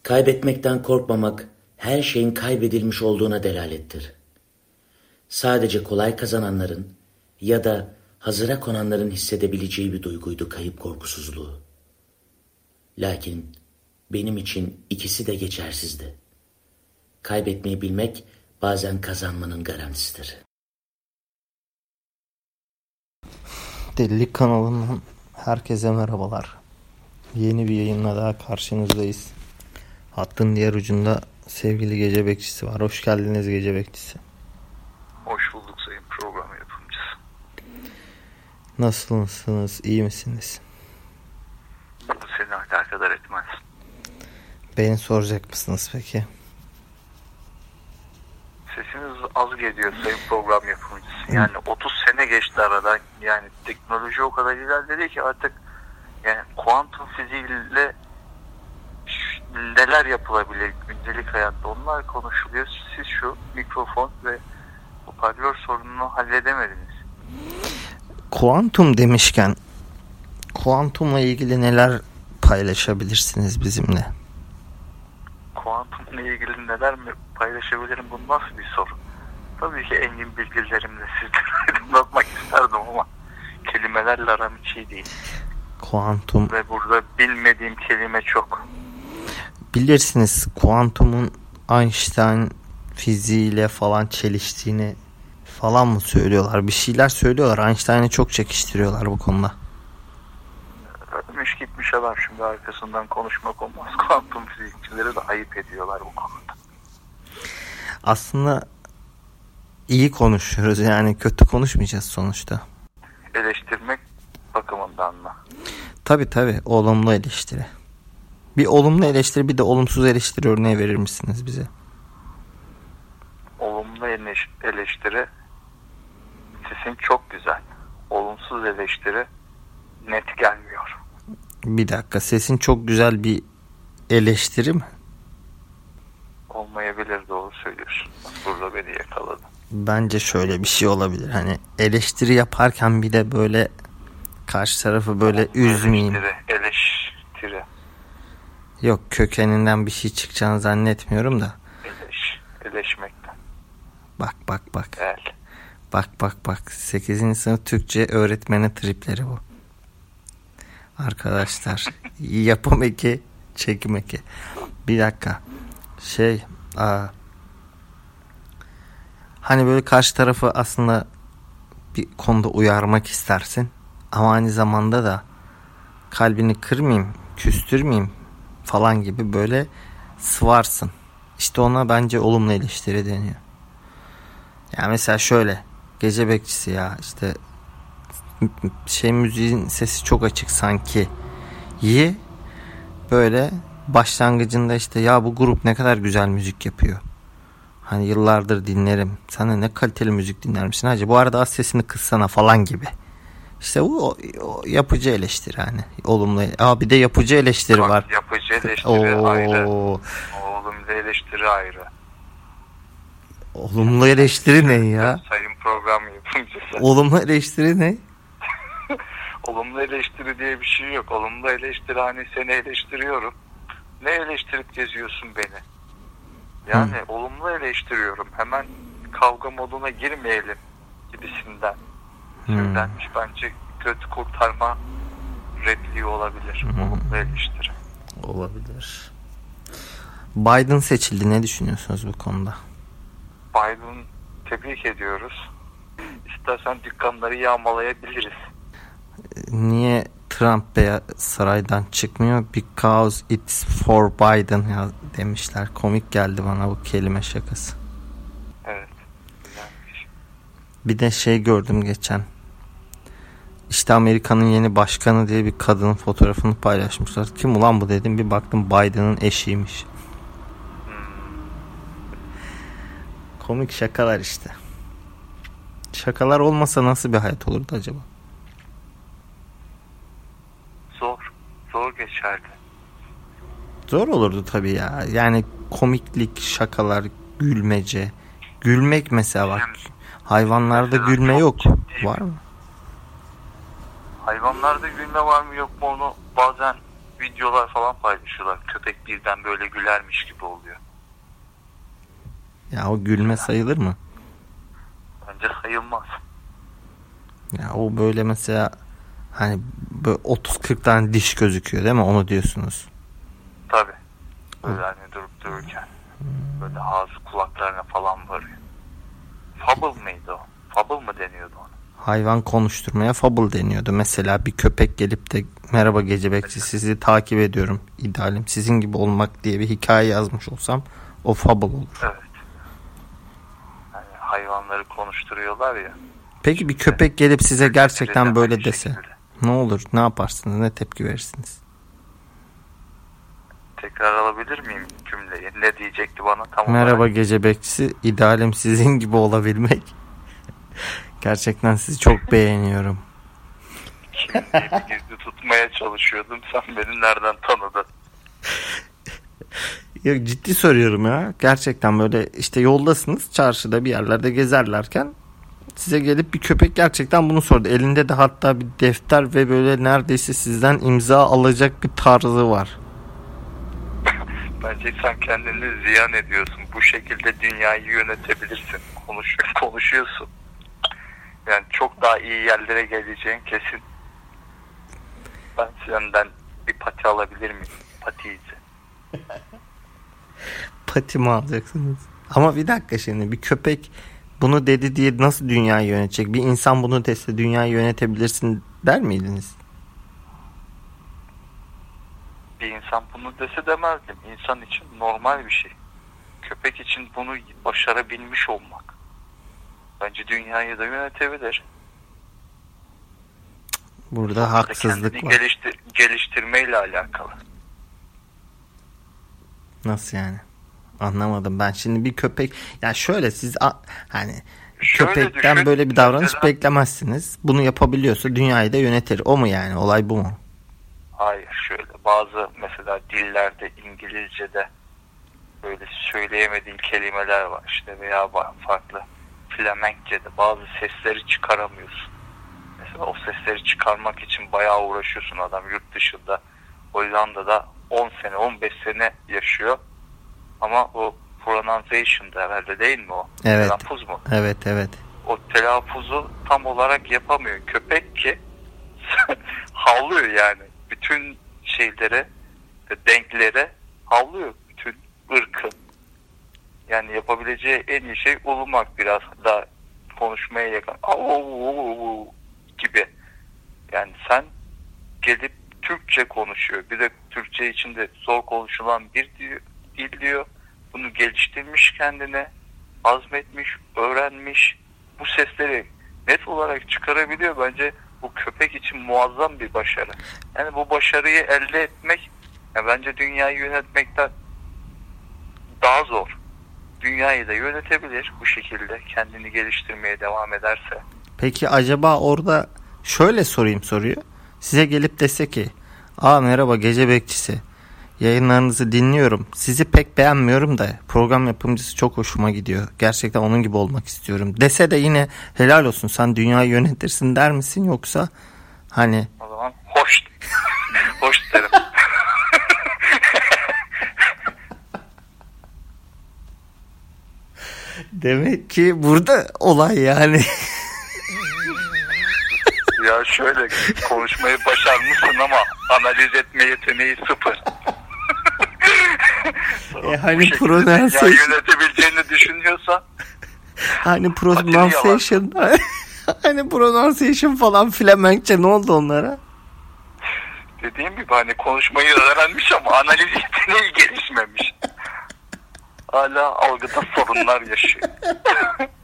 Kaybetmekten korkmamak, her şeyin kaybedilmiş olduğuna delalettir. Sadece kolay kazananların ya da hazıra konanların hissedebileceği bir duyguydu kayıp korkusuzluğu. Lakin benim için ikisi de geçersizdi. Kaybetmeyi bilmek bazen kazanmanın garantisidir. Delilik kanalından herkese merhabalar. Yeni bir yayınla daha karşınızdayız. Hattın diğer ucunda sevgili Gece Bekçisi var. Hoş geldiniz Gece Bekçisi. Hoş bulduk sayın program yapımcısı. Nasılsınız? İyi misiniz? Bu seni alakadar etmez. Beni soracak mısınız peki? Sesiniz az geliyor sayın program yapımcısı. Yani 30 sene geçti aradan. Yani teknoloji o kadar ilerledi ki artık yani kuantum fiziğiyle neler yapılabilir gündelik hayatta onlar konuşuluyor. Siz şu mikrofon ve hoparlör sorununu halledemediniz. Kuantum demişken kuantumla ilgili neler paylaşabilirsiniz bizimle? Kuantumla ilgili neler mi paylaşabilirim? Bu nasıl bir soru? Tabii ki engin bilgilerimle sizlere aydınlatmak isterdim ama kelimelerle aram hiç iyi değil. Kuantum. Ve burada bilmediğim kelime çok. Bilirsiniz kuantumun Einstein fiziğiyle falan çeliştiğini falan mı söylüyorlar? Bir şeyler söylüyorlar. Einstein'ı çok çekiştiriyorlar bu konuda. Ölmüş gitmiş adam şimdi arkasından konuşmak olmaz. Kuantum fizikçileri de ayıp ediyorlar bu konuda. Aslında iyi konuşuyoruz yani kötü konuşmayacağız sonuçta. Eleştirmek bakımından mı? Tabii olumlu eleştiri. Bir olumlu eleştiri bir de olumsuz eleştiri örneği verir misiniz bize? Olumlu eleştiri sesin çok güzel. Olumsuz eleştiri net gelmiyor. Bir dakika, sesin çok güzel bir eleştiri mi? Olmayabilir, doğru söylüyorsun. Burada beni yakaladın. Bence şöyle bir şey olabilir. Hani eleştiri yaparken bir de böyle karşı tarafı böyle üzmeyeyim. Eleştiri. Yok, kökeninden bir şey çıkacağını zannetmiyorum da. Eleşmekten. Bak. El. Bak. 8. sınıf Türkçe öğretmeni tripleri bu. Arkadaşlar yapım eki, çekim eki. Bir dakika. Hani böyle karşı tarafı aslında bir konuda uyarmak istersin. Ama aynı zamanda da kalbini kırmayayım, küstürmeyeyim falan gibi böyle sıvarsın. İşte ona bence olumlu eleştiri deniyor. Yani mesela şöyle, Gece Bekçisi ya işte müziğin sesi çok açık sanki. Böyle başlangıcında işte ya bu grup ne kadar güzel müzik yapıyor. Hani yıllardır dinlerim. Sana ne kaliteli müzik dinler misin? Hacı bu arada az sesini kıssana falan gibi. İşte o yapıcı eleştiri hani. Olumlu. Bir de yapıcı eleştiri var. Yapıcı eleştiri ayrı. Olumlu eleştiri ayrı. Olumlu eleştiri ne ya? Sayın program yapımcısı. Olumlu eleştiri ne? Olumlu eleştiri diye bir şey yok. Olumlu eleştiri hani seni eleştiriyorum. Ne eleştirip geziyorsun beni? Yani olumlu eleştiriyorum. Hemen kavga moduna girmeyelim gibisinden söylenmiş. Bence kötü kurtarma repliği olabilir. Olumlu eleştiri. Olabilir. Biden seçildi. Ne düşünüyorsunuz bu konuda? Biden tebrik ediyoruz. İstersen dükkanları yağmalayabiliriz. Niye Trump Beyaz Saray'dan çıkmıyor? Because it's for Biden ya demişler. Komik geldi bana bu kelime şakası. Evet. Güzelmiş. Bir de gördüm geçen. İşte Amerika'nın yeni başkanı diye bir kadının fotoğrafını paylaşmışlar. Kim ulan bu dedim. Bir baktım Biden'ın eşiymiş. Komik şakalar işte. Şakalar olmasa nasıl bir hayat olurdu acaba? Zor geçerdi. Zor olurdu tabii ya. Yani komiklik, şakalar, gülmece. Gülmek mesela bak. Hayvanlarda gülme yok. Var mı? Hayvanlarda gülme var mı yok mu onu bazen videolar falan paylaşıyorlar. Köpek birden böyle gülermiş gibi oluyor. Ya o gülme sayılır mı? Bence sayılmaz. Ya o böyle mesela hani böyle 30-40 tane diş gözüküyor değil mi? Onu diyorsunuz. Tabii. Böyle hani durup dururken. Böyle ağzı kulaklarına falan varıyor. Fable mıydı o? Fable mı deniyordu ona? Hayvan konuşturmaya fable deniyordu. Mesela bir köpek gelip de merhaba gece bekçi sizi takip ediyorum. İdealim sizin gibi olmak diye bir hikaye yazmış olsam o fable olur. Evet. Yani hayvanları konuşturuyorlar ya. Peki bir köpek gelip size gerçekten böyle dese şekilde. ne olur? Ne yaparsınız? Ne tepki verirsiniz? Tekrar alabilir miyim cümleyi? Ne diyecekti bana tam Merhaba olarak? gece bekçisi. İdealim sizin gibi olabilmek. Gerçekten sizi çok beğeniyorum. Gizli tutmaya çalışıyordum. Sen beni nereden tanıdın? Ya ciddi soruyorum ya. Gerçekten böyle işte yoldasınız. Çarşıda bir yerlerde gezerlerken size gelip bir köpek gerçekten bunu sordu. Elinde de hatta bir defter ve böyle neredeyse sizden imza alacak bir tarzı var. Bence sen kendini ziyan ediyorsun. Bu şekilde dünyayı yönetebilirsin. Konuşuyorsun. Yani çok daha iyi yerlere geleceğin kesin. Ben senden bir pati alabilir miyim? Pati izi. Pati mi alacaksınız? Ama bir dakika şimdi bir köpek bunu dedi diye nasıl dünyayı yönetecek? Bir insan bunu dese dünyayı yönetebilirsin der miydiniz? Bir insan bunu dese demezdim. İnsan için normal bir şey. Köpek için bunu başarabilmiş olmak. Bence dünyayı da yönetebilir. Burada haksızlık kendini var. Geliştirmeyle alakalı. Nasıl yani? Anlamadım ben. Şimdi bir köpek yani şöyle siz hani Şöyle köpekten düşün, böyle bir davranış mesela, beklemezsiniz. Bunu yapabiliyorsa dünyayı da yönetir. O mu yani? Olay bu mu? hayır şöyle bazı mesela dillerde İngilizce'de böyle söyleyemediğin kelimeler var işte veya farklı Flemenkçe'de bazı sesleri çıkaramıyorsun. Mesela o sesleri çıkarmak için bayağı uğraşıyorsun. Adam yurt dışında Hollanda'da 10 sene 15 sene yaşıyor ama o pronunciation'da herhalde değil mi o? Evet. Telaffuz mu? Evet. O telaffuzu tam olarak yapamıyor. Köpek ki havlıyor yani. Bütün şeylere, denklere havlıyor. Bütün ırkın. Yani yapabileceği en iyi şey ulumak, biraz daha konuşmaya yakın. Gibi. Yani sen gelip Türkçe konuşuyor. Bir de Türkçe içinde zor konuşulan bir dil diyor. Bunu geliştirmiş kendine. Azmetmiş, öğrenmiş. Bu sesleri net olarak çıkarabiliyor. Bence bu köpek için muazzam bir başarı. Yani bu başarıyı elde etmek bence dünyayı yönetmekten daha zor. Dünyayı da yönetebilir bu şekilde kendini geliştirmeye devam ederse. Peki acaba orada şöyle sorayım soruyu. Size gelip dese ki merhaba gece bekçisi. Yayınlarınızı dinliyorum. Sizi pek beğenmiyorum da program yapımcısı çok hoşuma gidiyor. Gerçekten onun gibi olmak istiyorum. Dese de yine helal olsun sen dünyayı yönetirsin der misin yoksa hani? O zaman hoş derim. Demek ki burada olay yani. Ya şöyle konuşmayı başarmışsın ama analiz etme yeteneği sıfır. Hani pronunciation yönetebileceğini düşünüyorsa hani pronunciation hani pronunciation falan Flemenkçe ne oldu onlara? Dediğim gibi hani konuşmayı öğrenmiş ama analiz yeteneği gelişmemiş. Hala algıda sorunlar yaşıyor.